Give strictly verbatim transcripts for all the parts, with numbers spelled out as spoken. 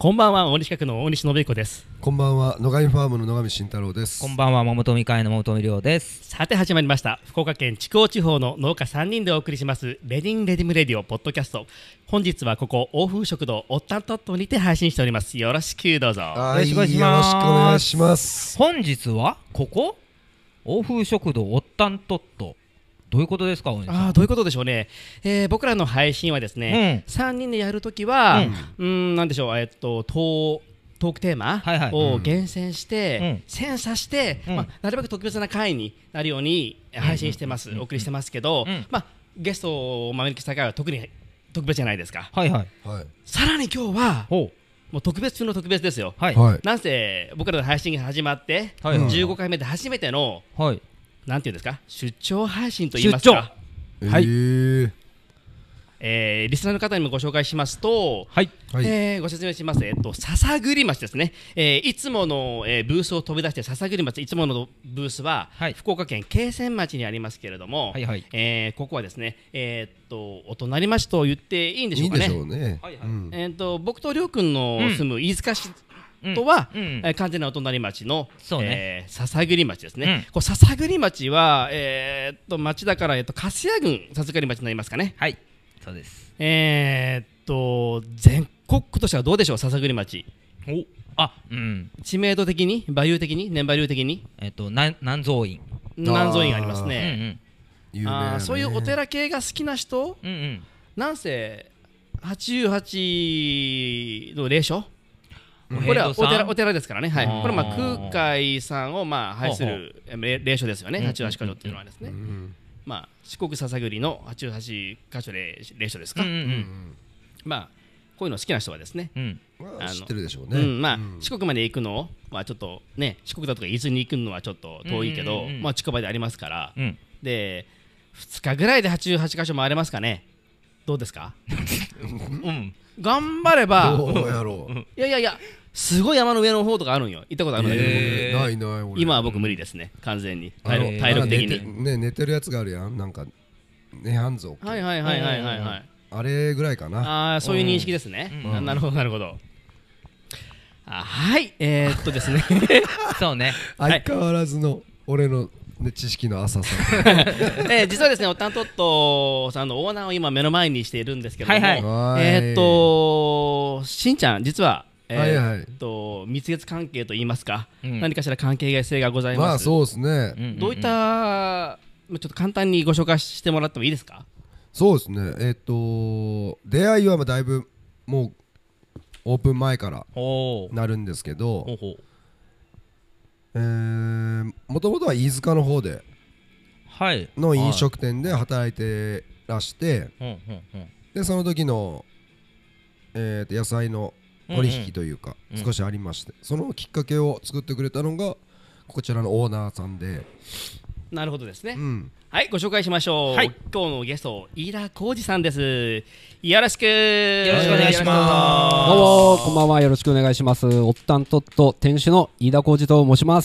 こんばんは、大西企画の大西信彦です。 こんばんは、野上ファームの野上慎太郎です。 こんばんは、桃富会の桃富亮です。 さて始まりました、福岡県筑後地方の農家さんにんでお送りしますレディンレディムレディオポッドキャスト。本日はここ欧風食堂おったんとっとにて配信しております。よろしくどうぞ。よろしくお願いします。よろしくお願いします。 本日はここ欧風食堂おったんとっと、どういうことですか。 あどういうことでしょうね、えー、僕らの配信はですね、うん、さんにんでやるときは、うん、うんなんでしょう、えっとトークテーマを厳選して、うん、精査して、うんまあ、なるべく特別な回になるように配信してます、うん、お送りしてますけど、うんまあ、ゲストをお招きした回は特に特別じゃないですか。 はいはい、 さらに今日はもう特別中の特別ですよ。 はい、 なんせ僕らの配信が始まって、はい、じゅうごかいめで初めての、はいなんていうんですか、出張配信といいますか。 出張、はい、えーえー、リスナーの方にもご紹介しますと、 はいえー、ご説明します。えっと篠栗町ですね、えー、いつもの、えー、ブースを飛び出して篠栗町、いつものブースは、はい、福岡県桂川町にありますけれども、はいはいえー、ここはですね、えー、っとお隣町と言っていいんでしょうかね。 いいでしょうね。 はいはいうんえー、っと僕とりょうくんの住む飯塚市、うんとは、うんうんえー、完全なお隣町の、ねえー、篠栗町ですね、うん、こう篠栗町は、えー、っと町だから、えー、っと粕谷郡篠栗町になりますかね。 はいそうです。 えー、っと全国区としてはどうでしょう、篠栗町。 おあ、うん、 知名度的に、馬流的に、年馬流的に、 えー、っと南蔵院南蔵院ありますね。 うんうん、 あそういうお寺系が好きな人、うんうん、なんせはちじゅうはちの霊所、これはお寺、お寺ですからね、はい、これはまあ空海さんをまあ拝する霊所ですよね、はちじゅうはちかしょっていうのはですね、まあ四国篠栗のはちじゅうはちかしょ霊所ですか。まあこういうの好きな人はですね、 知ってるでしょうね。 まあ四国まで行くのを、まあちょっとね、四国だとか伊豆に行くのはちょっと遠いけど、まあ近場でありますから、でふつかぐらいではちじゅうはちかしょ回れますかね。どうですか。うん頑張れば。 どうやろう。 いやいやいや、すごい山の上の方とかあるんよ。行ったことあるんだけど、 えー、ないない俺。 今は僕無理ですね、完全に体力、体力的に。 寝て、ね、寝てるやつがあるやん、なんか涅槃像。 はいはいはいはいはいはい。 あれぐらいかな。 ああ、そういう認識ですね。うん、なるほどなるほど。あはいえー、っとですね。 そうね。 相変わらずの俺の。知識の浅さ、 えー、実はですね、おったんとっとさんのオーナーを今目の前にしているんですけども、 はいはい、 えー、っとしんちゃん実は、えーはいはい、と蜜月関係といいますか、うん、何かしら関係性がございます。 まあそうですね、 うんうんうん、どういったちょっと簡単にご紹介してもらってもいいですか。 そうですね、えー、っと出会いはだいぶもうオープン前からなるんですけど、ほうほうえー、もともとは飯塚の方での飲食店で働いてらして、でその時の、えー、と野菜の取引というか少しありまして、そのきっかけを作ってくれたのがこちらのオーナーさんで。 なるほどですね、 うん、 はいご紹介しましょう、はい、今日のゲスト飯田浩二さんです。よろしくよろしくお願いします。 どうもこんばんは、よろしくお願いします。おったんとっと店主の飯田浩二と申します。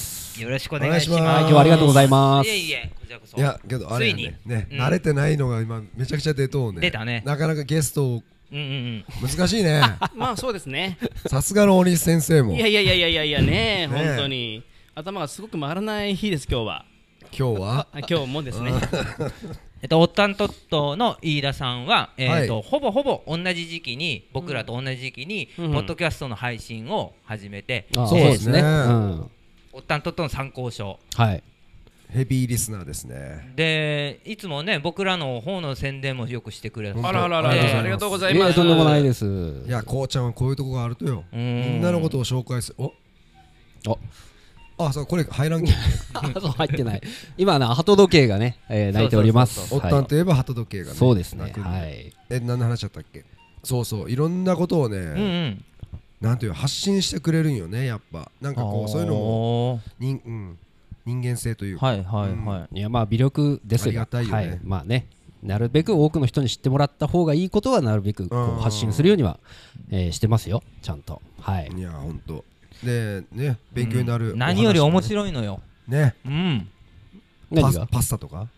よろしくお願いします。 はい、今日はありがとうございます。 いえいえこちらこそ。 いやけどあれねね、うん、慣れてないのが今めちゃくちゃ出とうね。 出たね。 なかなかゲストをうんうんうん、難しいね。 まあそうですね。 さすがの大西先生も。 いやいやいやいやいやいやね、本当に頭がすごく回らない日です今日は。 今日は今日もですね。 えっとおったんとっとの飯田さんは、えーとはい、ほぼほぼ同じ時期に僕らと同じ時期に、うん、ポッドキャストの配信を始めて、 うん、そうですね、うん、 おったんとっとの参考書、 はい、 ヘビーリスナーですね。 でいつもね僕らの方の宣伝もよくしてくれる。 あらあらあら、ありがとうございます。 とんでもないです。 いやこうちゃんはこういうとこがあるとよ、みんなのことを紹介する。おおあ、そうこれ入らんけそう入ってない。今な鳩時計がね、えー、泣いております。 おったんといえば鳩時計がね。 そうですね。はい。 え何の話だったっけ。そうそういろんなことをね、うんうん、なんていう発信してくれるんよねやっぱ。なんかこうそういうのも人、うん、人間性というか。 はいはいはい。 いやまあ魅力ですよ。 ありがたいよね。 はい、まあね。なるべく多くの人に知ってもらった方がいいことはなるべくこう発信するようには、えー、してますよちゃんと。はい。 いや本当。でね勉強になる、 うん、何より面白いのよね。 うんパス、パスタとか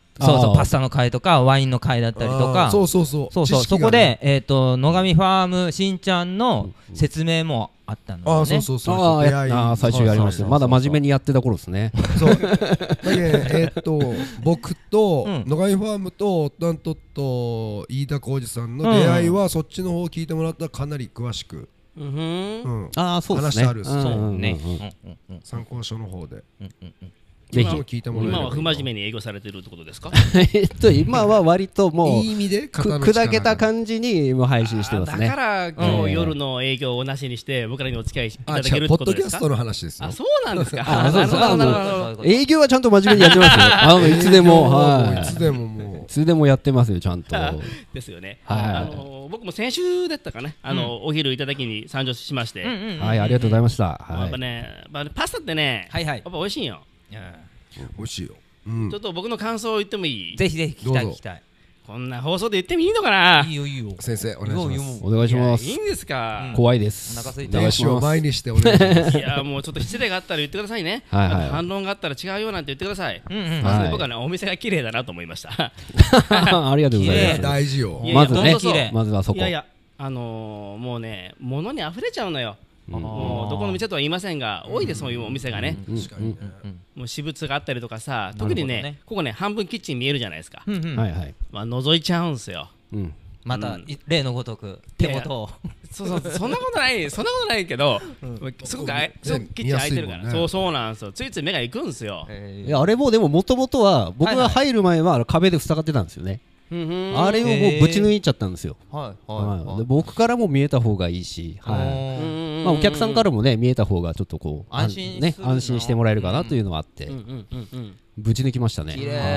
そうそうパスタの会とかワインの会だったりとか、 そうそうそうそうそうそこでえっと野上ファームしんちゃんの説明もあったのでね。 あそうそうそうああ最初やりました。まだ真面目にやってた頃ですね。 そうだけえっと僕と野上ファームとオッタントット飯田浩二さんの出会いはそっちの方を聞いてもらったらかなり詳しくあそうですね。 話あるそうね参考書の方でぜひ聞いてもらえれば。 今は不真面目に営業されてるってことですか？ えっと今は割ともういい意味で砕けた感じにもう配信してますね。 だから今日夜の営業をなしにして僕らにお付き合いいただけるってポッことですか？ ドキャストの話ですよ。 あそうなんですか。 あそうそうなるほどなるほど。 営業はちゃんと真面目にやってますよ。あのいつでもはいいつでももういつでもやってますよちゃんと。 ですよね。 はいあの僕も先週だったかね、あのお昼いただきに参上しまして、 はいありがとうございました。 やっぱねパスタってねやっぱ美味しいよ。 美味しいよ。 ちょっと僕の感想を言ってもいい？ ぜひぜひ聞きたい聞きたい。 こんな放送で言ってもいいのかな？ いいよいいよ。 先生お願いします。 お願いします。 いいんですか？ 怖いです。 お腹空いて練習を前にしてお願いします。 いやもうちょっと失礼があったら言ってくださいね。反論があったら違うようなんて言ってください。まず僕はねお店が綺麗だなと思いました。 ありがとうございます。 大事よ。 まずねまずはそこ。 いやいやあのもうね物に溢れちゃうのよ。もうどこの店とは言いませんが多いですそういうお店がね。もう私物があったりとかさ、特にねここね半分キッチン見えるじゃないですか。はいはいまあ覗いちゃうんですよ。 また例のごとく手元をそうそうそんなことないそんなことないけどすごくすごくキッチン空いてるからそうそうなんですよ。ついつい目が行くんですよ。 いやあれもでももともとは僕が入る前は壁で塞がってたんですよね。あれをもうぶち抜いちゃったんですよ。僕からも見えた方がいいし、お客さんからもね見えた方がちょっとこう安心してもらえるかなというのがあってぶち抜きましたね。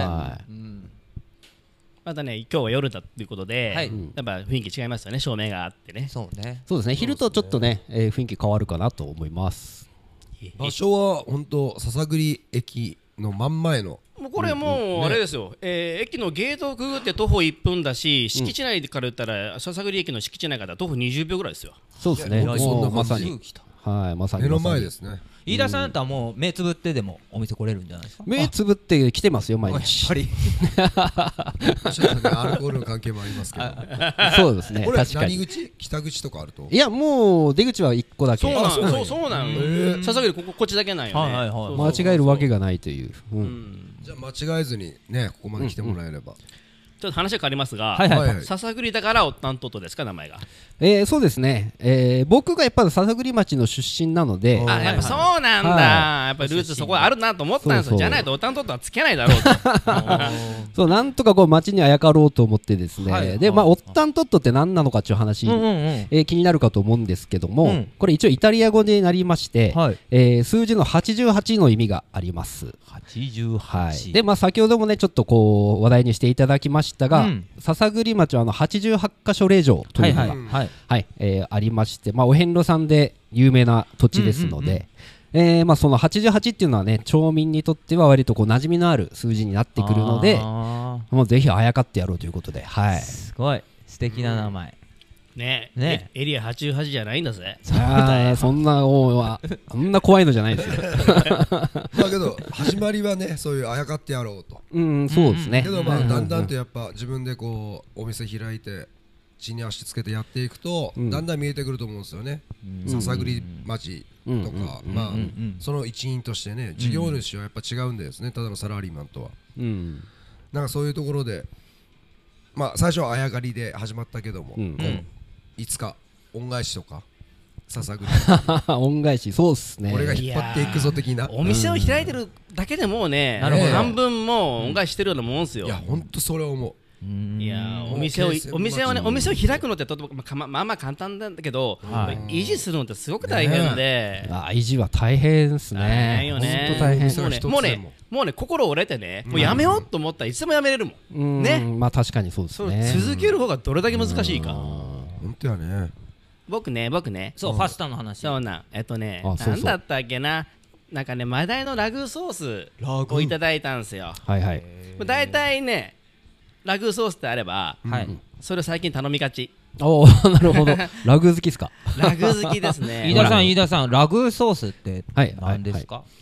またね今日は夜だということでやっぱ雰囲気違いますよね。照明があってね。 そうねそうですね。昼とちょっとね雰囲気変わるかなと思います。 場所は本当篠栗駅の真ん前のもうこれもうあれですよ、えー、駅のゲートをくぐって徒歩いっぷんだし、敷地内から言ったら篠栗駅の敷地内から徒歩にじゅうびょうぐらいですよ。 そうですね。 そんなまさにはいまさに目の前ですね。 飯田さんだったらもう目つぶってでもお店来れるんじゃないですか？ 目つぶって来てますよ毎日。 やっぱりちょっとねアルコールの関係もありますけど。 そうですね。確かに。 何口北口とかあると？ いやもう出口はいっこだけ。 そうなんそうそうなんよ。篠栗こここっちだけなんよね。 間違えるわけがないという。 じゃあ間違えずにねここまで来てもらえれば。 ちょっと話は変わりますが、篠栗だからオッタントットですか名前が？ えー、そうですね、えー、僕がやっぱり篠栗町の出身なので、 あやっぱそうなんだ、はい、やっぱりルーツそこあるなと思ったんですよ。じゃないとオッタントットはつけないだろうとそうなんとかこう町にあやかろうと思ってですね、はい、でまあオッタントットって何なのかっていう話、うんうんうんえー、気になるかと思うんですけども、うん、これ一応イタリア語になりまして、はいえー、数字のはちじゅうはちの意味があります。 はちじゅうはち、 はい、でまあ先ほどもねちょっとこう話題にしていただきましたが、うん篠栗町はあのはちじゅうはちかしょ霊場というのが、はいはいはいえー、ありまして、まあ、お遍路さんで有名な土地ですので、うんうんうんえーまあ、そのはちじゅうはちっていうのはね町民にとっては割とこう馴染みのある数字になってくるのでもうぜひあやかってやろうということで、はい、 すごい素敵な名前、 うん、ねねエリアはちじゅうはちじゃないんだぜ。 あそんなおあんな怖いのじゃないですよだけど始まりはねそういうあやかってやろうとうんそうですね。 けどまあだんだんとやっぱ自分でこうお店開いて地に足つけてやっていくとだんだん見えてくると思うんですよね。篠栗町とかまあその一員としてね事業主はやっぱ違うんですねただのサラリーマンとは。なんかそういうところでまあ最初はあやがりで始まったけどもいつか恩返しとか篠栗恩返しそうっすね。 俺が引っ張っていくぞ的なお店を開いてるだけでもうね半分もう恩返ししてるようなもんですよ。 いやほんとそれ思う。 いやお店をお店をねお店を開くのってとてもまあまあ簡単なんだけど維持するのってすごく大変で維持は大変ですね。 本当大変。 もうねもうね心折れてねもうやめようと思ったらいつでもやめれるもんね。 まあ確かにそうですね。 続ける方がどれだけ難しいか。 本当やね。 僕ね僕ねそうパスタの話そうなんえっとねなんだったっけななんかねマダイのラグーソースをいただいたんですよ。 はいはいだいたいねラグーソースってあればそれを最近頼みがち。 おおなるほどラグー好きですか？ ラグー好きですね。 飯田さん飯田さんラグーソースって何ですか？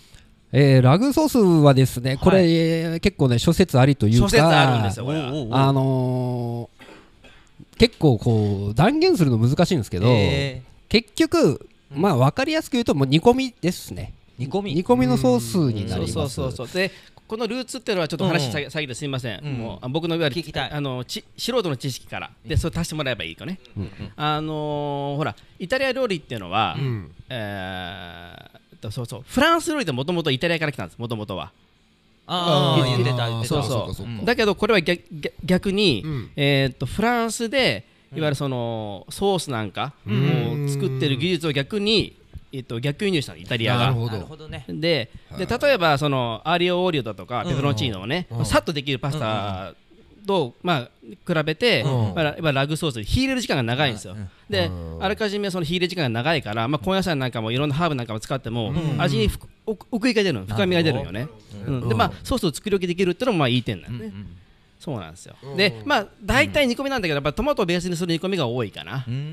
えー、ラグソースはですね、これ、はい、えー、結構ね諸説ありというか、諸説あるんですよこれは。 あのー、結構こう断言するの難しいんですけど、えー、結局まあ分かりやすく言うともう煮込みですね。 煮込み煮込みのソースになります。 そうそうそうそう。でこのルーツっていうのはちょっと話下げですみません、うん、もう僕のいわゆるあのち素人の知識からでそれ足してもらえばいいかね、うんうん、あのー、ほらイタリア料理っていうのは、うん、えー、そうそうフランス料理ってもともとイタリアから来たんですもともとは。 ああ言ってた言ってた。 そうそうそう、うん、だけどこれは逆、逆に、うん、えー、っとフランスでいわゆるそのソースなんかを作ってる技術を逆にえっと、逆輸入したのイタリアが。なるほどね。で、で例えばそのアーリオオーリオだとかペペロンチーノをね、うん、さっとできるパスタと、まあ、比べて、うんまあ、ラグソース火入れる時間が長いんですよ。うん、で、うん、あらかじめその火入れ時間が長いから、まあ、根野菜なんかもいろんなハーブなんかも使っても、うん、味に奥行きが出るの深みが出るよね。うん、でまあソースを作り置きできるっていうのもまあいい点なんね。うんうんそうなんですよ。でまあ大体煮込みなんだけどやっぱトマトをベースにする煮込みが多いかな。うん、うん、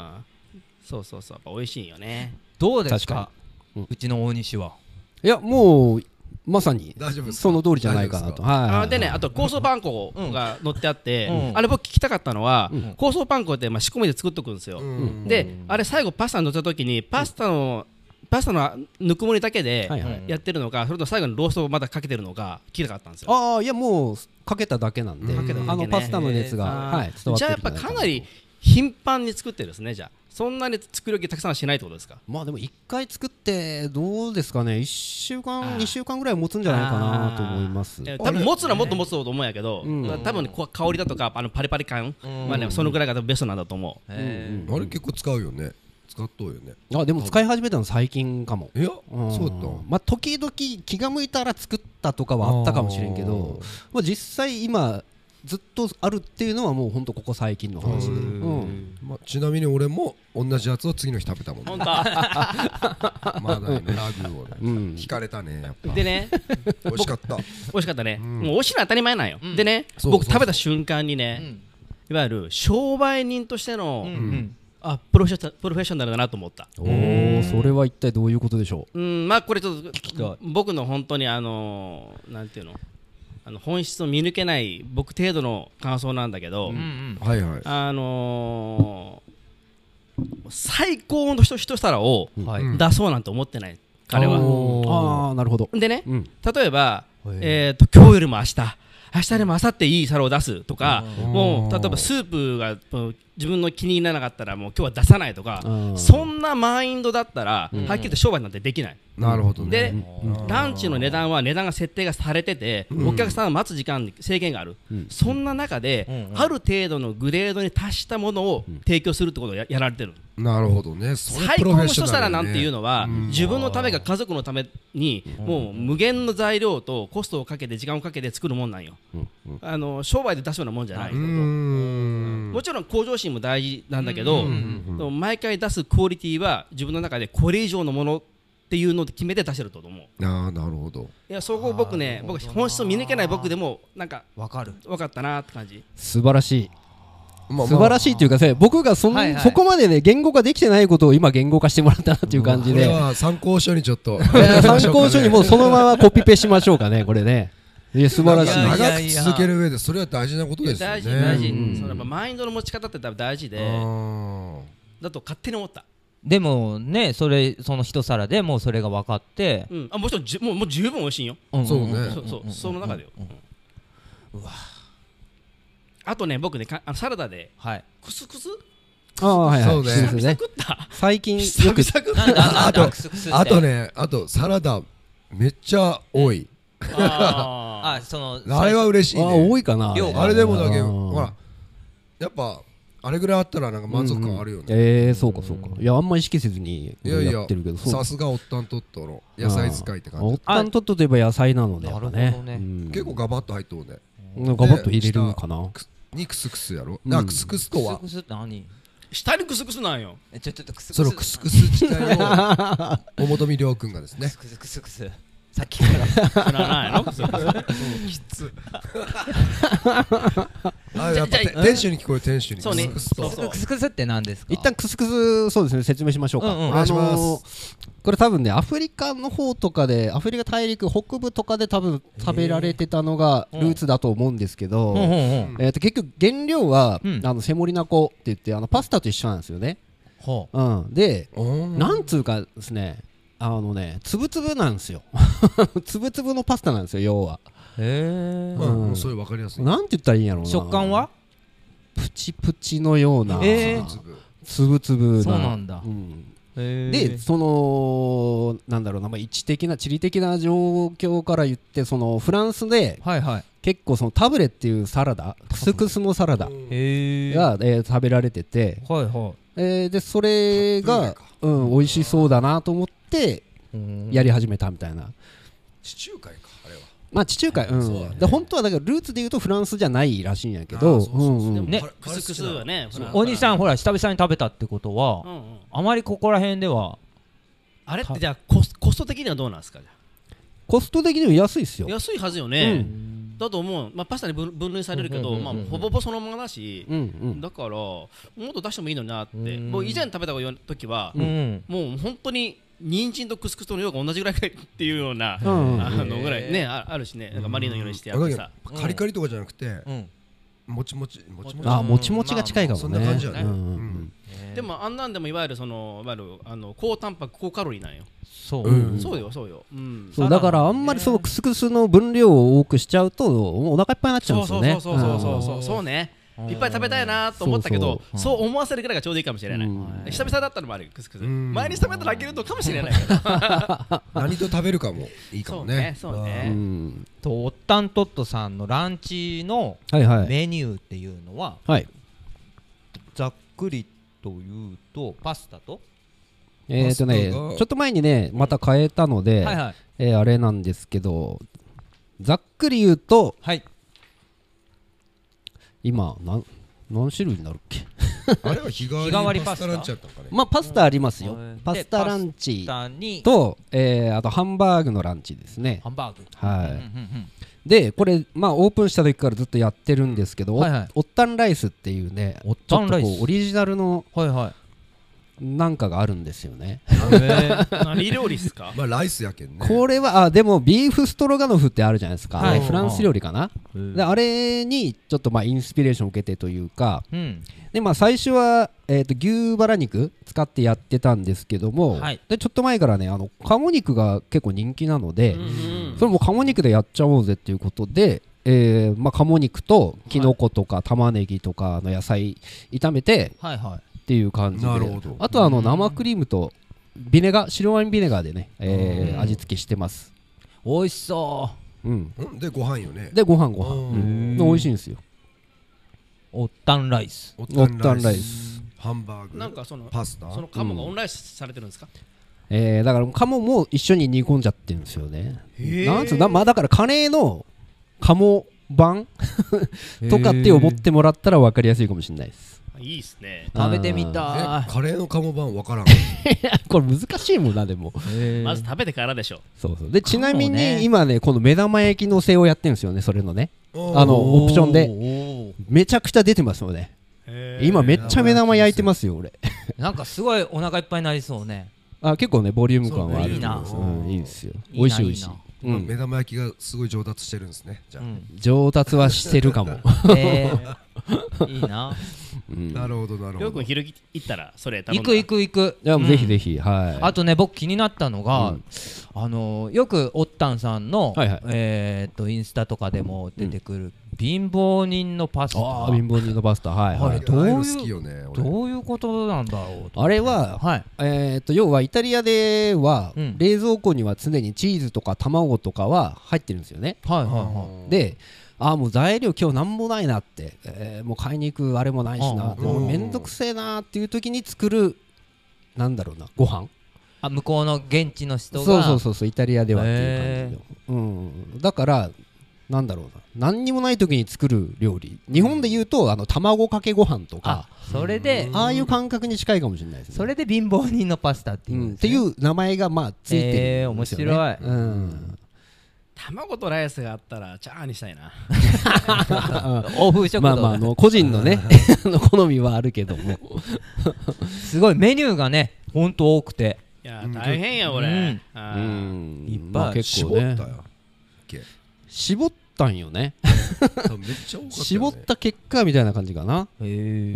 そうそうそうやっぱ美味しいよね。 どうですか、うん、うちの大西は。 いやもうまさにその通りじゃないかなと。 はい、でねあと構想パン粉が載ってあって、うん、あれ僕聞きたかったのは、うん、構想パン粉ってまあ仕込みで作っとくんですよ。うん、であれ最後パスタに乗せた時にパスタの、うん、パスタのぬくもりだけでやってるのか、はいはい、それと最後にローストをまたかけてるのか聞きたかったんですよ。 ああいやもうかけただけなんで、うん、あのパスタの熱が、はい、伝わってる。 じゃあやっぱかなり頻繁に作ってるんですね。じゃあそんなに作り置きたくさんしないってことですか。 まあでもいっかい作ってどうですかねいっしゅうかんにしゅうかんぐらい持つんじゃないかなと思います。 多分持つのはもっと持つと思うんやけど、うん、多分香りだとかあのパリパリ感、うん、まあねそのぐらいがベストなんだと思う。 うんうん、あれ結構使うよね。使っとうよね。 あでも使い始めたの最近かも。 いや、うん、そうだった。 まあ時々気が向いたら作ったとかはあったかもしれんけど、まあ実際今ずっとあるっていうのはもうほんとここ最近の話で、うんまあ、ちなみに俺も同じやつを次の日食べたもんね。ほんとまだねラグをね、うん、引かれたねやっぱ。 でね美味しかった美味しかったね、うん、もう美味しいのは当たり前なんよ、うん、でね僕食べた瞬間にね、うん、いわゆる商売人としての、うんうんあプロフェッショプロフェッショナルだなと思った。 おおそれは一体どういうことでしょう。うんまあこれちょっと僕の本当にあのー、なんていうのあの本質を見抜けない僕程度の感想なんだけど、うんうん、はいはいあのー、最高の一皿を出そうなんて思ってない、うん、彼は。 ああなるほど。 でね、うん、例えば、えー、と今日よりも明日明日よりも明後日いい皿を出すとか、もう例えばスープが自分の気に入らなかったらもう今日は出さないとか、そんなマインドだったらはっきり言って商売なんてできない。 なるほどね。 でランチの値段は値段が設定がされてて、お客さんは待つ時間に制限がある、そんな中である程度のグレードに達したものを提供するってことを や, やられてる。 なるほどね。 最高の一皿なんていうのは自分のためか家族のためにもう無限の材料とコストをかけて時間をかけて作るもんなんよ。あの商売で出すようなもんじゃない。もちろん向上心も大事なんだけど、毎回出すクオリティは自分の中でこれ以上のものっていうので決めて出してると思う。 ああなるほど。 いやそこを僕ね僕本質を見抜けない僕でもなんか分かる分かったなって感じ。 素晴らしい。素晴らしいというかさ僕が そ,、はいはい、そこまでね言語化できてないことを今言語化してもらったなっていう感じで、 これは参考書にちょっと参考書にもうそのままコピペしましょうかねこれね。いや素晴らしい。 長く続ける上でそれは大事なことですよね。 大事大事、うん、それやっぱマインドの持ち方って多分大事でだと勝手に思った。 でもねそれその一皿でもうそれが分かって、 うん、あもちろんじもうもう十分美味しいよ、 うん、そうねそうそうその中でよ、うんうん、うわあとね僕ねかあのサラダで、はい、クスクスああはいはいそうね久々食った最近よく久々食ったあとあとねあとサラダめっちゃ多いああそのあれは嬉しいね。 あ多いかなあれでもだけほらやっぱあれぐらいあったらなんか満足感あるよね。 うんうん、えー、そうかそうか。いやあんま意識せずにやってるけど、 さすがオッタントットの野菜使いって感じ。 オッタントットといえば野菜なので、ね、なるほどね、うん、結構ガバッと入っとうね。 ガバッと入れるのかな。 にクスクスやろ。な、うん、クスクスとは。 クスクスって何？ 下にクスクスなんよ。 えちょちょっとクスクス。 そのクスクス自体をおもとみりょうくんがですね。 クスクスクス。さっきから知らないの？ きつ。あやっぱ店主に聞こえる店主に。 そうね。 クスクスって何ですか？ 一旦クスクスそうですね説明しましょうか。 お願いします。 これ多分ねアフリカの方とかでアフリカ大陸北部とかで多分食べられてたのがルーツだと思うんですけど、えと結局原料は、うん、あのセモリナ粉って言ってあのパスタと一緒なんですよね。うん、でなんつうかですねあのねつぶつぶなんですよつぶつぶのパスタなんですよ要は。 へえ、うん、それ分かりやすい。 なんて言ったらいいんやろうな。 食感はプチプチのような、 えー、 つぶつぶな。 そうなんだ、 うんでそのなんだろうな、まあ、位置的な地理的な状況から言ってそのフランスで、はいはい、結構そのタブレっていうサラダクスクスのサラダが、えー、食べられてて、はいはいえー、でそれが、うん、美味しそうだなと思ってやり始めたみたいな。 地中海かあれは。 まあ地中海、うん、ね、で本当はだからルーツで言うとフランスじゃないらしいんやけど、 クスクスはね、 お兄さんほら久々に食べたってことは、うんうん、あまりここら辺ではあれってじゃあコス、コスト的にはどうなんですか。 コスト的には安いっすよ。 安いはずよね、うん、だと思う。まあパスタに分類されるけど、まあほぼほぼそのままだし、うんうん、だからもっと出してもいいのになって、うん、もう以前食べた時は、うん、もう本当に人参とクスクスとの量が同じぐらいっていうような、うん、あのぐらいね あ, あるしね、なんかマリネのようにしてやってさ、 うん、カリカリとかじゃなくて、うん、もちもちもちもち、 あもちもちが近いかもね。 そんな感じやね。 でもあんなんでもいわゆるそのいわゆるあの高タンパク高カロリーなんよ。 そう、うん、 そうよそうよ、うん、 そうだからあんまりそのクスクスの分量を多くしちゃうとお腹いっぱいになっちゃうんですよね。 そうそうそうそうそうそうね。いっぱい食べたいなと思ったけど、そうそう、そう思わせるぐらいがちょうどいいかもしれない。久々だったのもあるクスクス。前に食べたら飽きるとかもしれないけど何と食べるかもいいかもね。 そうね、そうね。 とオッタントットさんのランチのメニューっていうのは、はい、ざっくりというとパスタとえーとねちょっと前にねまた変えたので、はいはい、えー、あれなんですけどざっくり言うと、はい、今何何種類になるっけあれは日替わりパスタランチだったのかね。 まあパスタありますよ。パスタランチと、えー、あとハンバーグのランチですね。 ハンバーグ、 はい、うんうんうん、でこれまあオープンした時からずっとやってるんですけど、はいはい、オッタンライスっていうねちょっとこうオリジナルの、はいはいなんかがあるんですよね。 何料理っすか。 まあライスやけんね。 これはあでもビーフストロガノフってあるじゃないですか、はい、フランス料理かな。であれにちょっとまあインスピレーションを受けてというか、うん、でまあ最初は、えー、と牛バラ肉使ってやってたんですけども、はい、でちょっと前からねあの鴨肉が結構人気なので、うんうん、それも鴨肉でやっちゃおうぜっていうことで、えーまあ、鴨肉とキノコとか玉ねぎとかの野菜炒めて、はいはいっていう感じで、あとはあの生クリームとビネガー白ワインビネガーでね、えー、味付けしてます。 美味しそう、 うん、でご飯よね。 でご飯ご飯、うん、美味しいんですよ。 オッタンライスオッタンライスハンバーグなんかそのパスタその鴨がオンライスされてるんですか。 うん、えー、だから鴨も一緒に煮込んじゃってるんですよね。なんつうな、まあだからカレーの鴨版とかって思ってもらったら分かりやすいかもしれないです。 いいっすね。 食べてみたい。カレーの鴨版わからんこれ難しいもんな。でもまず食べてからでしょ。 そうそうでちなみに今ねこの目玉焼きのせをやってるんですよね。それのねあのオプションでめちゃくちゃ出てますので今めっちゃ目玉焼いてますよ俺なんかすごいお腹いっぱいになりそうね。 あ結構ねボリューム感はあるんです。うんいいですよ。美味しい美味しい。 うん、目玉焼きがすごい上達してるんですね。じゃあ、うん、 上達はしてるかも。 えー、いいな。 うん、なるほどなるほど。 りょうくん昼行ったらそれ頼む。行く行く行く。 いや、うん、ぜひぜひはい。 あとね僕気になったのが、うん、あのー、よくオッタンさんの、はいはい、えー、っとインスタとかでも出てくる、うん、貧乏人のパスタ。 あ貧乏人のパスタはいはい。 どういう好きよね。どういうことなんだろう。 あれは、はい、えー、っと要はイタリアでは、うん、冷蔵庫には常にチーズとか卵とかは入ってるんですよね。はいはいはい。であもう材料今日なんもないなって、えー、もう買いに行くあれもないしなもうめんどくせえなっていう時に作るなんだろうなご飯あ向こうの現地の人がそうそうそうそうイタリアではっていう感じで、うん、だからなんだろうな何にもない時に作る料理日本で言うとあの卵かけご飯とかそれでああいう感覚に近いかもしれないですね。 それで貧乏人のパスタっていう、ねうん、 っていう名前がまあついてるんですよね。 えー、面白い、 うん卵とライスがあったらチャーにしたいな欧風食堂まあまああの個人のね好みはあるけどもすごいメニューがねほんと多くていや大変や俺。 うんいっぱい結構ね絞ったんよね。 めっちゃ多かったよね。 絞った結果みたいな感じかな。 へえ。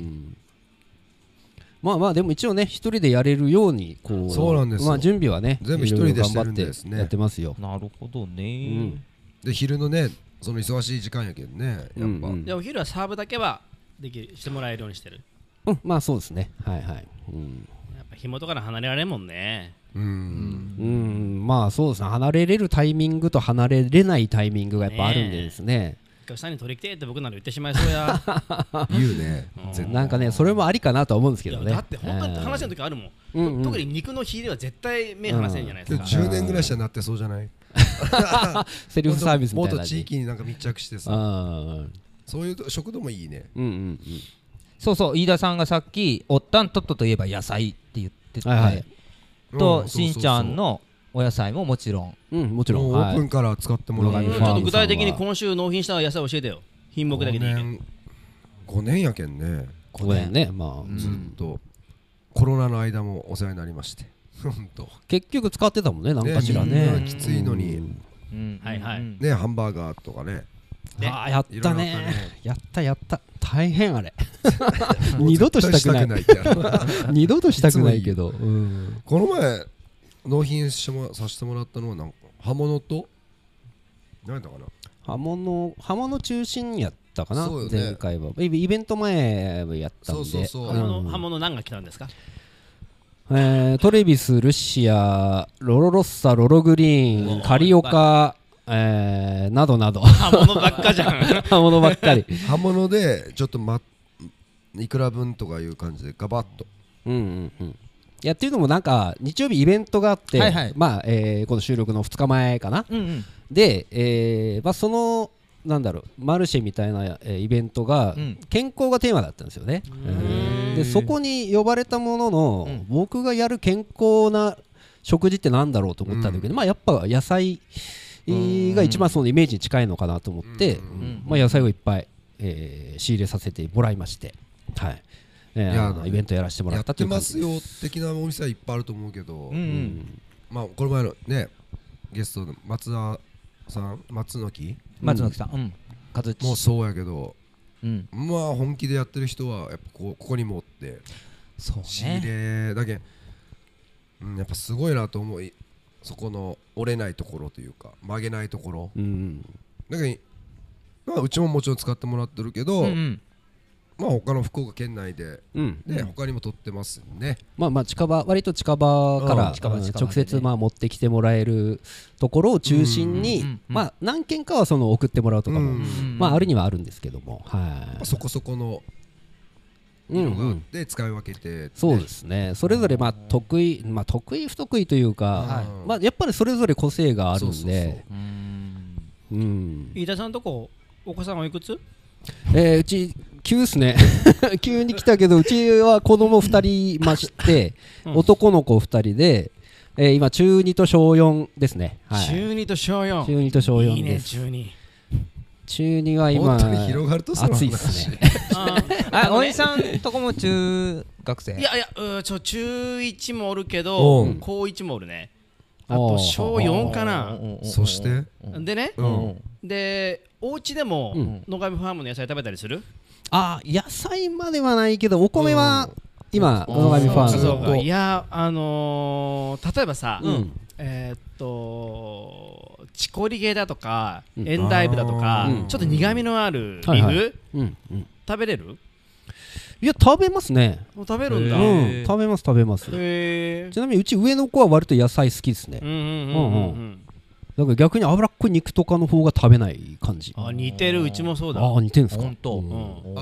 まあまあでも一応ね一人でやれるようにこう、 そうなんですよ。 まあ準備はね全部一人でしてるんですね。 やってますよ。 なるほどね。 で昼のねその忙しい時間やけどねやっぱ。 でお昼はサーブだけはできるしてもらえるようにしてる。 うんまあそうですねはいはい。 やっぱ紐とから離れられんもんね。 うんうんまあそうですね離れれるタイミングと離れれないタイミングがやっぱあるんでですね。 お客さんに取り来てって僕なら言ってしまいそうや。 言うね。 なんかねそれもありかなとは思うんですけどね。 だって本当に話してる時あるもん。特に肉の火では絶対目離せんじゃないですか。 じゅうねんぐらいしたらなってそうじゃない？ セルフサービスみたいな。 もっと地域になんか密着してさ。そういう食堂もいいね。 うんうんうん。 そうそう飯田さんがさっきおったんとっとといえば野菜って言ってて、としんちゃんのお野菜ももちろん、 うんもちろんオープンから使ってもらう。 ちょっと具体的に今週納品した野菜教えてよ。品目だけでいいけど。 ごねんやけんね。 ごねんねまあずっとコロナの間もお世話になりまして。本当。 結局使ってたもんねなんかしらね。 きついのに。 はいはい。 ねハンバーガーとかね。 ああやったねやったやった大変あれ二度としたくない二度としたくないけどこの前納品してもさせてもらったのはなんか刃物と何だかな刃物刃物中心やったかな前回はイベント前やったんで刃物何が来たんですか？ トレビスルシアロロロッサロログリーンカリオカえー、などなど刃物ばっかじゃん刃物ばっかり刃物でちょっと、ま、いくら分とかいう感じでガバッとうんうんうんいやっていうのもなんか日曜日イベントがあって、はいはい、まあ、えー、この収録のふつかまえかな、うんうん、で、えーまあ、そのなんだろうマルシェみたいな、えー、イベントが、うん、健康がテーマだったんですよね、えー、でそこに呼ばれたものの、うん、僕がやる健康な食事ってなんだろうと思ったんだけど、うん、まあやっぱ野菜が一番そのイメージに近いのかなと思って、うんまあ、野菜をいっぱい、えー、仕入れさせてもらいまして、はいえー、イベントやらせてもらったっていう感じです。 やってますよ的なお店はいっぱいあると思うけど、うんうんまあ、この前のねゲストの松田さん松の木松の木さん、うん、 もうそうやけど、うん、まあ本気でやってる人はやっぱここにもってそう、ね、 仕入れだけ、うん、やっぱすごいなと思いそこの折れないところというか曲げないところ、うん、だけど、まあ、うちももちろん使ってもらってるけど、うんうん、まあ他の福岡県内で、うんね、他にも取ってますね。 まあまあ近場割と近場から、うん、直接まあ持ってきてもらえるところを中心に、うんうんうん、まあ何件かはその送ってもらうとかも、うんうん、まああるにはあるんですけども、はい、 そこそこの色があって使い分けて、うんうん、 そうですねそれぞれまあ得意、まあ、得意不得意というか、はいまあ、やっぱりそれぞれ個性があるんで飯田さんとこお子さんはいくつ？ えー、うち急ですね急に来たけどうちは子供ふたりいまして、うん、男の子ふたりで、えー、今中にと小よんですね、 はい、中にと小よん中にと小よんです。いいね中に中には今本当に広がると暑いですねあおじさんとこも中学生？ いやいやうちょ中いちもおるけど高いちもおるね。あと小よんかな。 そしてでね、うん、でお家でも野上ファームの野菜食べたりする？ あ野菜まではないけどお米は今野上ファームいやあのー、例えばさ、うん、えー、っとチコリゲだとか、うん、エンダイブだとか、うん、ちょっと苦みのあるリーフ、はいはいうんうん、食べれる？ いや食べますね。 食べるんだ、 うん、食べます食べます。ちなみにうち上の子は割と野菜好きですね。だから逆に脂っこい肉とかの方が食べない感じ。 あ似てるうちもそうだ。 あ似てるんですか。 本当、うん、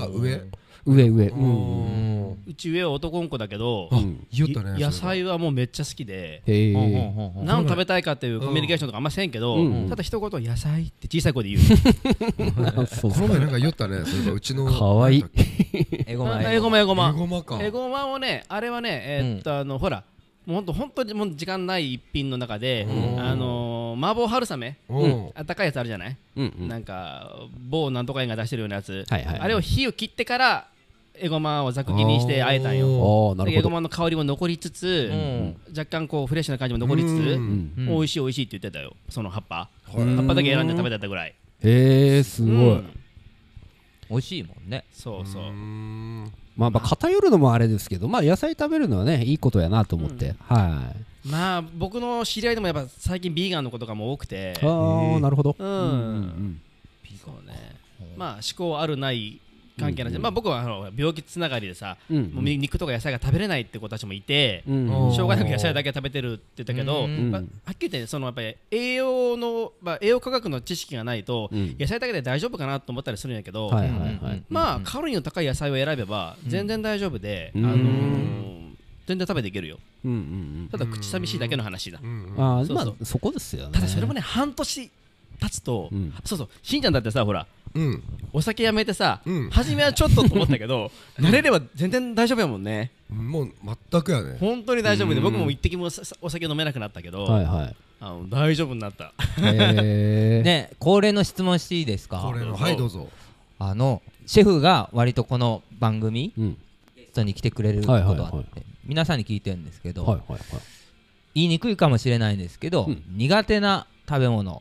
あ上上上、うん、 うち上は男の子だけど、 うん、 野菜はもうめっちゃ好きで何を食べたいかっていうコミュニケーションとかあんませんけど、うん、ただ一言野菜って小さい声で言うこの前なんか言ったね。それがうちのかわいいエゴマエゴマエゴマエゴマかエゴマをねあれはねえー、っと、うん、あのほらもうほんと本当にもう時間ない一品の中で、あのー、麻婆春雨、うん、あったかいやつあるじゃない、うんうん、なんか某なんとか園が出してるようなやつ、はいはいはい、あれを火を切ってからエゴマをざく切りにしてあえたんよ。エゴマの香りも残りつつ、若干こうフレッシュな感じも残りつつ、美味しい美味しいって言ってたよ、その葉っぱ。葉っぱだけ選んで食べてたぐらい。 へえ、すごい。 美味しいもんね。 そうそう。 まあ偏るのもあれですけど、まあ野菜食べるのはねいいことやなと思って、はい。 まあ僕の知り合いでもやっぱ最近ビーガンの子とかも多くて。 ああ、なるほど。 うん。そうね。まあ思考あるない関係なんで、まあ僕はあの病気つながりでさ、もう肉とか野菜が食べれないって子たちもいて、しょうがなく野菜だけ食べてるって言ったけど、はっきり言ってそのやっぱり栄養のまあ栄養科学の知識がないと野菜だけで大丈夫かなと思ったりするんやけど、まあカロリーの高い野菜を選べば全然大丈夫で、あの全然食べていけるよ。ただ口寂しいだけの話だ。 ああ、まあそこですよね。 ただそれもね半年経つと、そうそうしんちゃんだってさほら。うん、お酒やめてさ、うん、初めはちょっとと思ったけど慣れれば全然大丈夫やもんね。 もう全くやね。 本当に大丈夫で、僕も一滴もお酒飲めなくなったけど、はいはい、あの大丈夫になった。 ね、恒例の質問していいですか。 恒例の、はいどうぞ。 あのシェフが割とこの番組、うん、ゲストに来てくれることあって、はいはいはい、皆さんに聞いてるんですけど、はいはいはい、言いにくいかもしれないんですけど、うん、苦手な食べ物。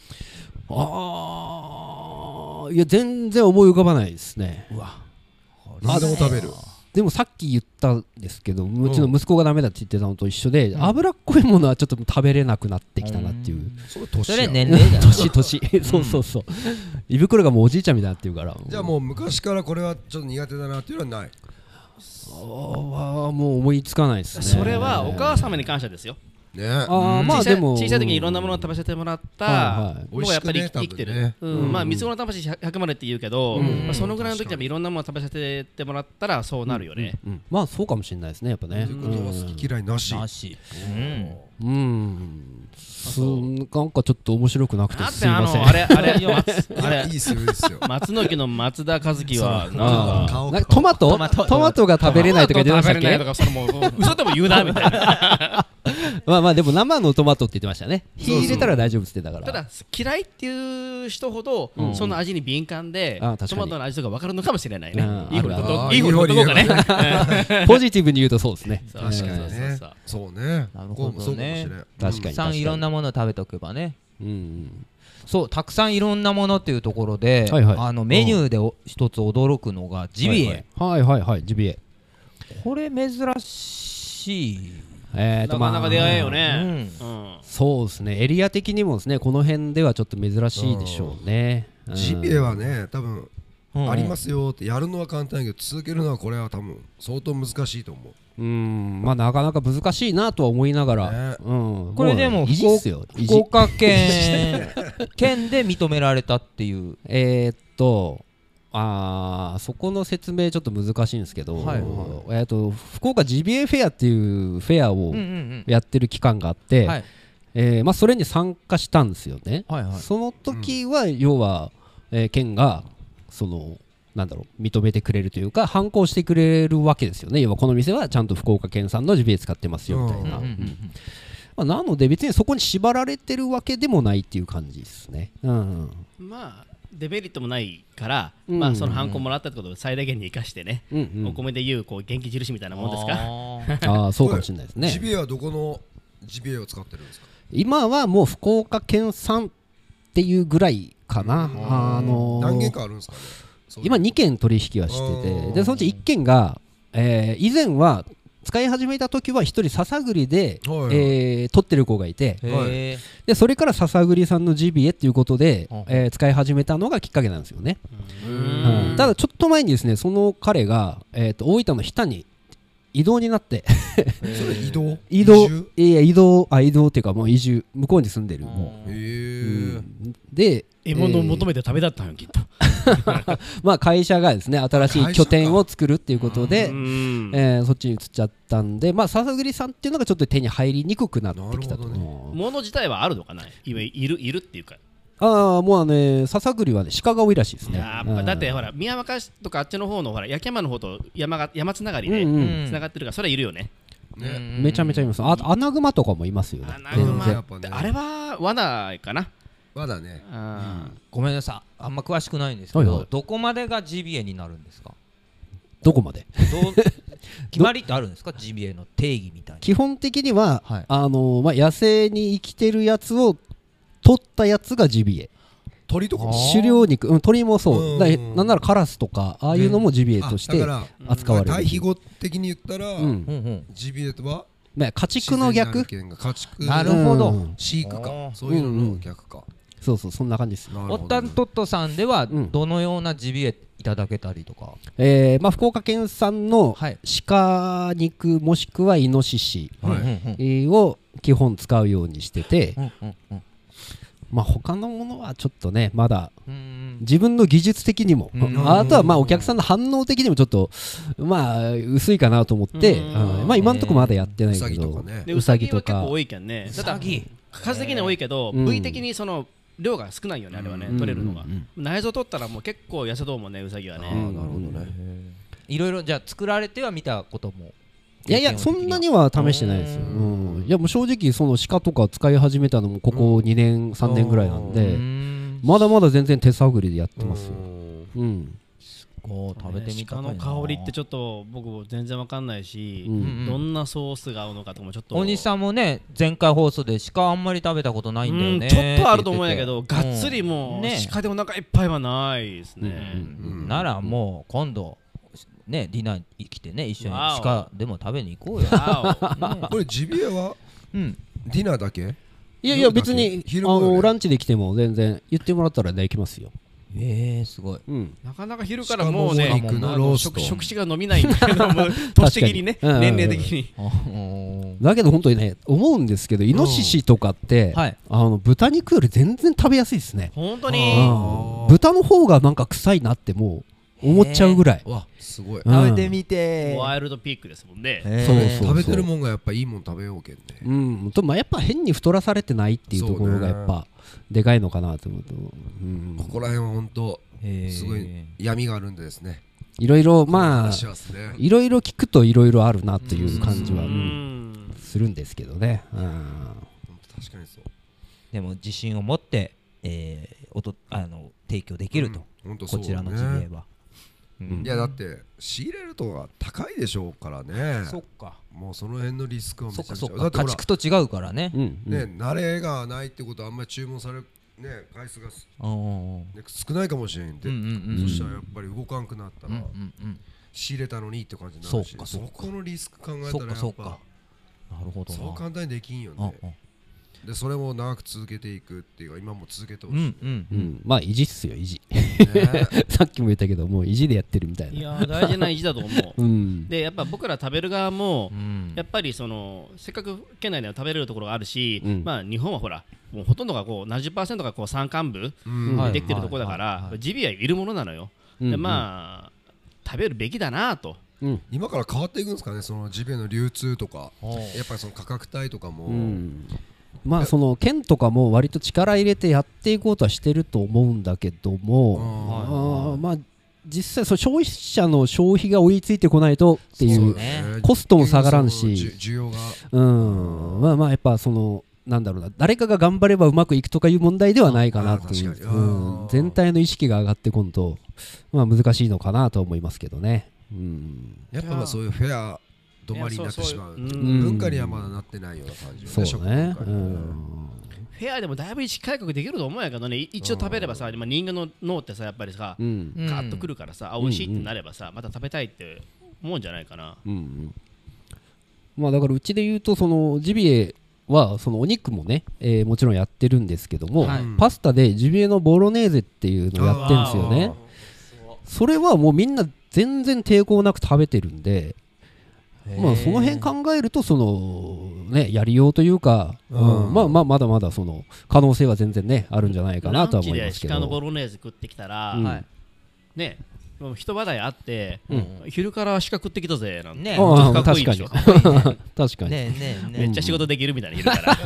ああ、いや全然思い浮かばないですね。うわ、 何でも食べる。 でもさっき言ったんですけど、うちの息子がダメだって言ってたのと一緒で、うん、脂っこいものはちょっと食べれなくなってきたなっていう。 それ年齢だ。 年年そうそうそう。胃袋がもうおじいちゃんみたいになってるから。 じゃあもう昔からこれはちょっと苦手だなっていうのはない。 ああ、もう思いつかないですね。 それはお母様に感謝ですよ。 ね、 あまあでも小さい時にいろんなものを食べさせてもらったのがやっぱり生きてる。まあ三つ子の魂ひゃくまでって言うけど、そのぐらいの時はいろんなものを食べさせてもらったらそうなるよね。 まあそうかもしれないですね、やっぱね。 ということは好き嫌いなし。 なし。 うん。なんかちょっと面白くなくてすいません。 あれあれあれいいするですよ。 松の木の松田和樹はトマトトマトが食べれないとか言ってましたっけ？ 嘘でも言うなみたいな。 まあまあでも生のトマトって言ってましたね。火入れたら大丈夫って言ってたから。 ただ嫌いっていう人ほどその味に敏感でトマトの味とか分かるのかもしれないね。いい方といい方とかね。 ポジティブに言うとそうですね。 確かにね。そうね。 なるほどね。 確かに。 たくさんいろんなもの食べとけばね。そう、たくさんいろんなものっていうところで、あのメニューで一つ驚くのがジビエ。 はいはいはい、ジビエ。 これ珍しい。 えーとなかなか出会えよね。 そうですね、エリア的にもですね、この辺ではちょっと珍しいでしょうね。 ジビエはね、多分ありますよってやるのは簡単だけど続けるのはこれは多分相当難しいと思う。 うん、まあなかなか難しいなとは思いながら、 これでも福岡県県で認められたっていう。 えっとあそこの説明ちょっと難しいんですけど、えと福岡ジビエフェアっていうフェアをやってる期間があって、えまあそれに参加したんですよね。その時は要は県がそのなんだろう認めてくれるというか反抗してくれるわけですよね。要はこの店はちゃんと福岡県産のジビエ使ってますよみたいな。まあなので別にそこに縛られてるわけでもないっていう感じですね。うん、 まあデメリットもないから、うんうんうん、まあそのハンコもらったってことを最大限に生かしてね、うんうん、お米でいうこう元気印みたいなもんですか。 ああそうかもしれないですね。 ジビエはどこのジビエを使ってるんですか。 今はもう福岡県産っていうぐらいかな。あのー、 何軒かあるんですかね。 今にけん取引はしてて、でそのうちいっけんが、えー、以前は使い始めた時は一人笹栗で、はいはい、えー、取ってる子がいて、でそれから笹栗さんのジビエっていうことで、えー、使い始めたのがきっかけなんですよね。うん、ただちょっと前にですね、その彼が、えー、と大分の日田に移動になってそれ移動移動いや移動あ移動っていうかもう移住向こうに住んでる。もうへー、 うん、で獲物を求めて旅立ったんよきっと。 まあ会社がですね新しい拠点を作るっていうことで、えー、そっちに移っちゃったんで、まあ笹栗さんっていうのがちょっと手に入りにくくなってきたと。 もの自体はあるのかな、いるいるっていうか。 ああもうね笹栗はね鹿が多いらしいですね。 やっぱだってほら宮若市とかあっちの方のほら焼山の方と山が山つながりでつながってるからそれはいるよね。 ねめちゃめちゃいます。あとアナグマとかもいますよね。 アナグマやっぱね、あれは罠かな。 まだね、 うん、ごめんなさいあんま詳しくないんですけど、はいはい、どこまでがジビエになるんですか。 どこまで決まりってあるんですか、ジビエの定義みたいな。 基本的には、はい、あのまあ、野生に生きてるやつを取ったやつがジビエ。 鳥とかも狩猟肉、うん、鳥もそうだ、なんならカラスとかああいうのもジビエとして扱われる。 対比語的に言ったら、うん、ジビエとは家畜の逆。 なるほど、 飼育か、そういうのの逆か。 そうそう、そんな感じです。 おったんとっとさんではどのようなジビエいただけたりとか。 えーまあ、福岡県産の鹿肉もしくはイノシシを基本使うようにしてて、まあ他のものはちょっとねまだ自分の技術的にも、あとはまあお客さんの反応的にもちょっとまあ薄いかなと思って、まあ今のところまだやってないけど、 ウサギとか結構多いけんね。数的には多いけど部位的にその量が少ないよね、あれはね、取れるのが。内臓取ったらもう結構痩せとうもんね、ウサギはね。 なるほどね。 いろいろじゃあ作られては見たことも。 いやいや、そんなには試してないですよ。うん、いやもう正直その鹿とか使い始めたのもここにねんさんねんぐらいなんで、まだまだ全然手探りでやってますよ。うん。 こう食べてみたいな。 鹿の香りってちょっと僕全然わかんないし、うん、どんなソースが合うのかとかもちょっと。 大西さんもね、前回放送で鹿あんまり食べたことないんだよね。 ちょっとあると思うんやけど、がっつりもう、ね、鹿でお腹いっぱいはないですね。 ならもう今度。ね、ディナーに来てね、一緒に鹿でも食べに行こうよ。 これジビエはディナーだけ？ いやいや別にあのランチで来ても全然言ってもらったらできますよ。 えー、すごい。 なかなか昼からもうね食事が飲みないんだけども、年的にね、年齢的に。 だけど本当にね思うんですけど、イノシシとかってあの豚肉より全然食べやすいですね。 本当に豚の方がなんか臭いなってもう思っちゃうぐらい。 わ、すごい。 食べてみて。 ワイルドピークですもんね。 そうそう、食べてるもんがやっぱいいもん食べようけんね。 うん、とまあやっぱ変に太らされてないっていうところがやっぱでかいのかなと思うと、 ここら辺は本当すごい闇があるんでですね。 いろいろまあいろいろ聞くといろいろあるなっていう感じはするんですけどね。確かにそう。 でも自信を持っておとあの提供できると、こちらのジビエは。 いやだって仕入れるとが高いでしょうからね。 そっか。 もうその辺のリスクはめちゃくちゃ。 そっかそっか。家畜と違うからね。 ね、慣れがないってことはあんまり注文されるね回数が少ないかもしれんで、そしたらやっぱり動かんくなったら仕入れたのにって感じになるし、そこのリスク考えたらやっぱなるほど。 そう簡単にできんよね。でそれも長く続けていくっていうか、今も続けてほしい。 まあ維持っすよ、維持。さっきも言ったけどもう維持でやってるみたいな。 いや大事な維持だと思う。でやっぱ僕ら食べる側もやっぱりそのせっかく県内では食べれるところがあるし、まあ日本はほらもうほとんどがこう何十パーセントがこう山間部でできてるところだからジビエはいるものなのよ。でまあ食べるべきだなと。 今から変わっていくんですかね、そのジビエの流通とか、やっぱりその価格帯とかも。 まあその県とかも割と力入れてやっていこうとはしてると思うんだけども、まあ実際その消費者の消費が追いついてこないとっていうコストも下がらんし、うんまあまあやっぱそのなんだろうな、誰かが頑張ればうまくいくとかいう問題ではないかなっていう、全体の意識が上がってこんとまあ難しいのかなと思いますけどね。 やっぱまあそういうフェア止まりになってしまう文化にはまだなってないような感じよね。 そうね。 フェアでもだいぶ意識改革できると思うんやけどね。一応食べればさ、まあ、人間の脳ってさやっぱりさカーッとくるからさ、美味しいってなればさまた食べたいって思うんじゃないかな。 まあだからうちで言うとそのジビエはそのお肉もね、えー、もちろんやってるんですけども、はい、パスタでジビエのボロネーゼっていうのをやってるんですよね。それはもうみんな全然抵抗なく食べてるんで、まあその辺考えるとそのねやりようというか、まあまあまだまだその可能性は全然ねあるんじゃないかなとは思いますけど。 ランチで鹿のボロネーゼ食ってきたらね一話題あって昼から鹿食ってきたぜなんて確かに確かにめっちゃ仕事できるみたいな昼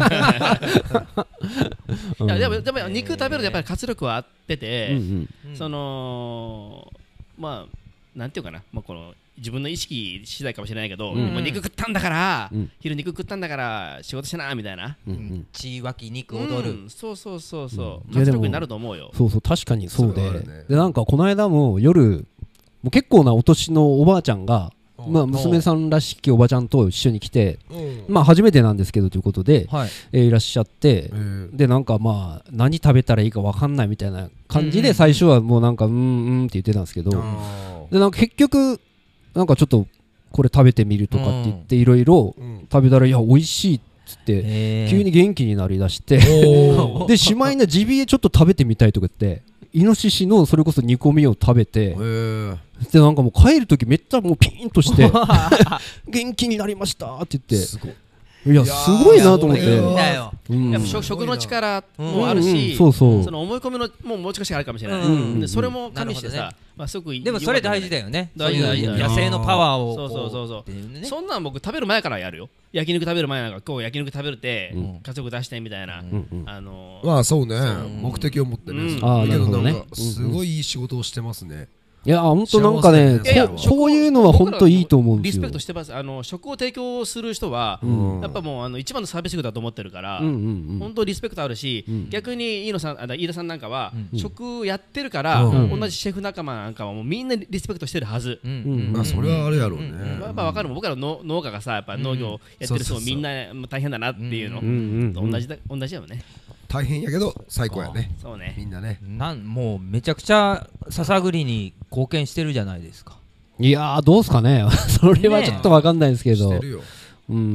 から。でもでも肉食べるとやっぱり活力はあってて、そのまあなんていうかな、まあこの自分の意識次第かもしれないけど、もう肉食ったんだから昼肉食ったんだから仕事しなみたいな、 血湧き肉踊る、 そうそうそうそう活力になると思うよ。 そうそう確かにそうで、でなんかこの間も夜もう結構なお年のおばあちゃんが、まあ、娘さんらしきおばちゃんと一緒に来て、まあ初めてなんですけどということで、はいえー、いらっしゃって、えー、でなんかまあ何食べたらいいか分かんないみたいな感じで最初はもうなんかうんうんって言ってたんですけど、でなんか結局なんかちょっとこれ食べてみるとかって言っていろいろ食べたらいや美味しいっつって急に元気になりだしてでしまいなジビエちょっと食べてみたいとか言ってイノシシのそれこそ煮込みを食べてでなんかもう帰る時めっちゃもうピーンとして元気になりましたって言ってすごいいやすごいなと思って、 やっぱ食の力もあるし、その思い込みのももう少しあるかもしれない。でそれも加味してさ、まあすごくでもそれ大事だよね。 大事大事。 野生のパワーをそうそうそうそう。そんなん僕食べる前からやるよ。焼肉食べる前なんか今日焼肉食べるって家族出してみたいなあのまあそうね目的を持ってね。ああなるほどね。すごいいい仕事をしてますね。 いや本当なんかねこういうのは本当いいと思うんですよ。 リスペクトしてます。あの食を提供する人はやっぱもうあの一番のサービス業だと思ってるから本当リスペクトあるし、逆に飯野さん飯田さんなんかは食やってるから同じシェフ仲間なんかはもうみんなリスペクトしてるはず。 まあそれはあれやろうね。 やっぱ分かる。僕らの農家がさやっぱ農業やってる人みんな大変だなっていうの同じだ同じだよね。 大変やけど最高やね。 そうね。 みんなね。 なんもうめちゃくちゃ篠栗に貢献してるじゃないですか。 いやーどうすかね。それはちょっとわかんないですけど。してるよ。うん。うん、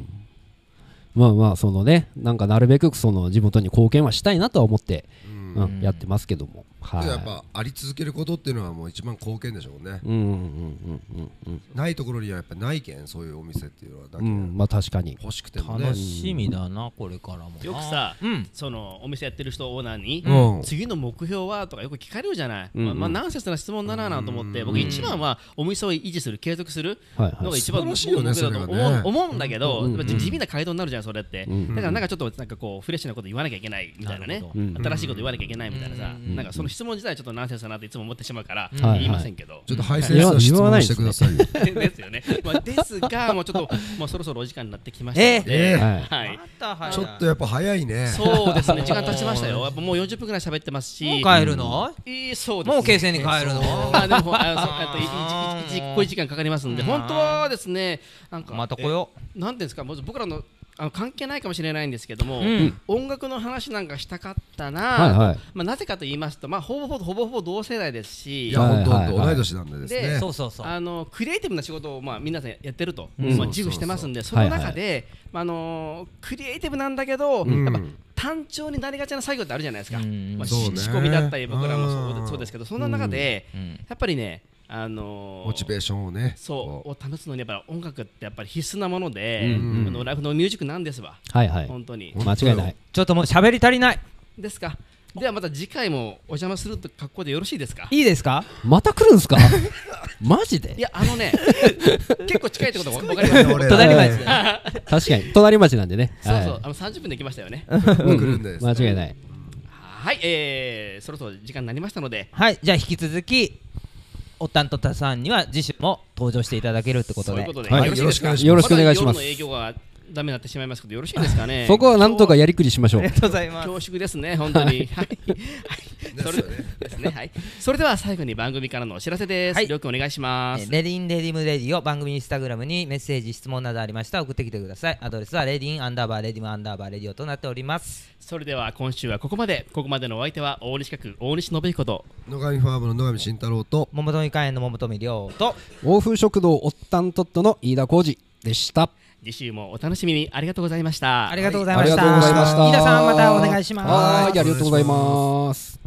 まあまあそのねなんかなるべくその地元に貢献はしたいなとは思って、うんうん、やってますけども。 はい、やっぱあり続けることっていうのはもう一番貢献でしょうね。ないところにはやっぱないけんそういうお店っていうのはだけ、うん、 まあ確かに欲しくてもね。 楽しみだなこれからも。 よくさ、うん、そのお店やってる人オーナーに、うん、次の目標はとかよく聞かれるじゃない。うん、まあ、まあナンセンスな質問だなと思って、うん、僕一番はお店を維持する継続するのが一番の目標だと思う、ね、思うんだけど、うん、地味な回答になるじゃんそれって、うん、だからなんかちょっとなんかこうフレッシュなこと言わなきゃいけないみたいなね、新しいこと言わなきゃいけないみたいなさ、うん、なんかその質問自体ちょっとナンセンスだなっていつも思ってしまうから言いませんけど、 ちょっとハイセンスな質問してくださいよ。 ですよね。まあですがもうちょっともうそろそろお時間になってきましたので、はい。 ちょっとやっぱ早いね。 そうですね。時間経ちましたよ。やっぱもうよんじゅっぷんぐらい喋ってますし。 もう帰るの？ ええそうです。 もう京成に帰るの？ あでもあと一個時間かかりますんで、本当はですねなんかまた来よう。なんていうんですか、まず僕らのあの関係ないかもしれないんですけども、うん、音楽の話なんかしたかったな、はいはい、まあ、なぜかと言いますと、まあ、ほぼほぼほぼほぼ同世代ですし、 いや本当本当同い年なんでですね。 でそうそうそうあのクリエイティブな仕事を、まあ、皆さんやってると、うんまあ、自負してますんで、その中で、はいはいまあ、あのクリエイティブなんだけど、うん、やっぱ単調になりがちな作業ってあるじゃないですか、うんまあ、仕込みだったり僕らもそうそうですけど、そんな中で、うん、やっぱりねあのー、 モチベーションをねそうを保つのにやっぱ音楽ってやっぱり必須なもので、うんうん、あのライフのミュージックなんですわ。 はいはい本当に間違いない。 ちょっともう喋り足りないですか。ではまた次回もお邪魔すると格好でよろしいですか。 いいですか。 また来るんですか。マジで。 いやあのね結構近いってこと分かりますよ。 隣町確かに隣町なんでね。 そうそう、はい、あのさんじゅっぷんで来ましたよね。 うん、間違いない。 はい、えー、そろそろ時間になりましたので、 はい、じゃあ引き続きおたんとたさんには次週も登場していただけるってことで、 そういうことで、 はい、よろしくお願いします。よろしくお願いします。 夜の営業がダメになってしまいますけどよろしいですかね。 そこはなんとかやりくりしましょう。 ありがとうございます。 恐縮ですね本当に。はい。それですね。はい。それでは最後に番組からのお知らせです。りょうくんお願いします。 レディンレディムレディを番組インスタグラムにメッセージ質問などありましたら送ってきてください。アドレスはレディンアンダーバーレディムアンダーバーレディオとなっております。 それでは今週はここまで。ここまでのお相手は大西区大西信彦と野上ファームの野上慎太郎と桃富館園の桃富亮と欧風食堂おったんとっとの飯田浩二でした。 次週もお楽しみに。ありがとうございました。 ありがとうございました。飯田さんまたお願いします。 はい、ありがとうございます。